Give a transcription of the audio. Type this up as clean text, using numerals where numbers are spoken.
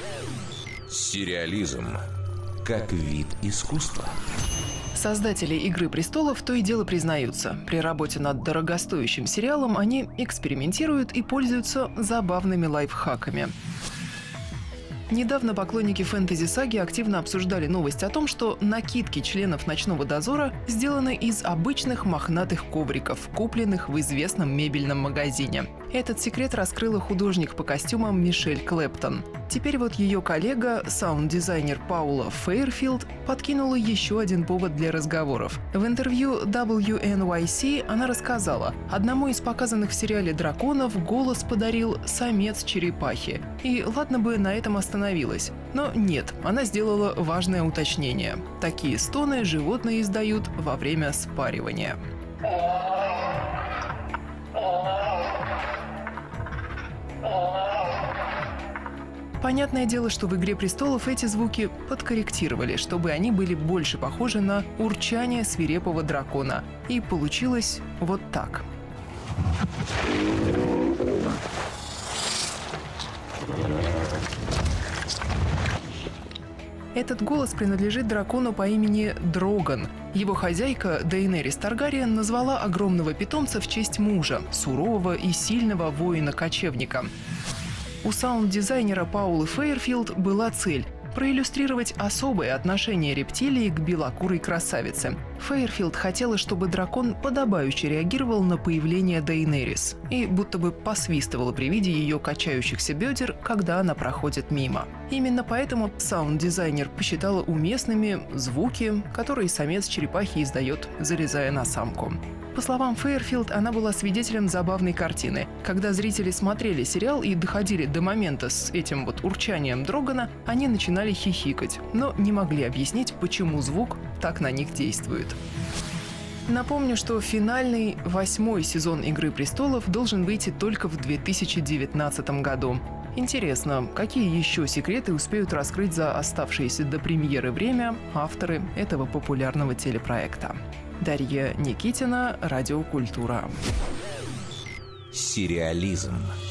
Сериализм как вид искусства. Создатели «Игры престолов» то и дело признаются. При работе над дорогостоящим сериалом они экспериментируют и пользуются забавными лайфхаками. Недавно поклонники фэнтези-саги активно обсуждали новость о том, что накидки членов «Ночного дозора» сделаны из обычных мохнатых ковриков, купленных в известном мебельном магазине. Этот секрет раскрыла художник по костюмам Мишель Клэптон. Теперь вот ее коллега, саунд-дизайнер Паула Фейерфилд, подкинула еще один повод для разговоров. В интервью WNYC она рассказала, одному из показанных в сериале драконов голос подарил самец черепахи. И ладно бы на этом остановилась. Но нет, она сделала важное уточнение. Такие стоны животные издают во время спаривания. Понятное дело, что в «Игре престолов» эти звуки подкорректировали, чтобы они были больше похожи на урчание свирепого дракона. И получилось вот так. Этот голос принадлежит дракону по имени Дроган. Его хозяйка Дейенерис Таргариен назвала огромного питомца в честь мужа, сурового и сильного воина-кочевника. У саунд-дизайнера Паулы Фейерфилд была цель – проиллюстрировать особое отношение рептилии к белокурой красавице. Фейерфилд хотела, чтобы дракон подобающе реагировал на появление Дейенерис и будто бы посвистывал при виде ее качающихся бедер, когда она проходит мимо. Именно поэтому саунд-дизайнер посчитала уместными звуки, которые самец черепахи издает, залезая на самку. По словам Фейерфилд, она была свидетелем забавной картины. Когда зрители смотрели сериал и доходили до момента с этим вот урчанием Дрогана, они начинали хихикать, но не могли объяснить, почему звук так на них действует. Напомню, что финальный 8-й сезон «Игры престолов» должен выйти только в 2019 году. Интересно, какие еще секреты успеют раскрыть за оставшееся до премьеры время авторы этого популярного телепроекта. Дарья Никитина, Радиокультура. Сериализм.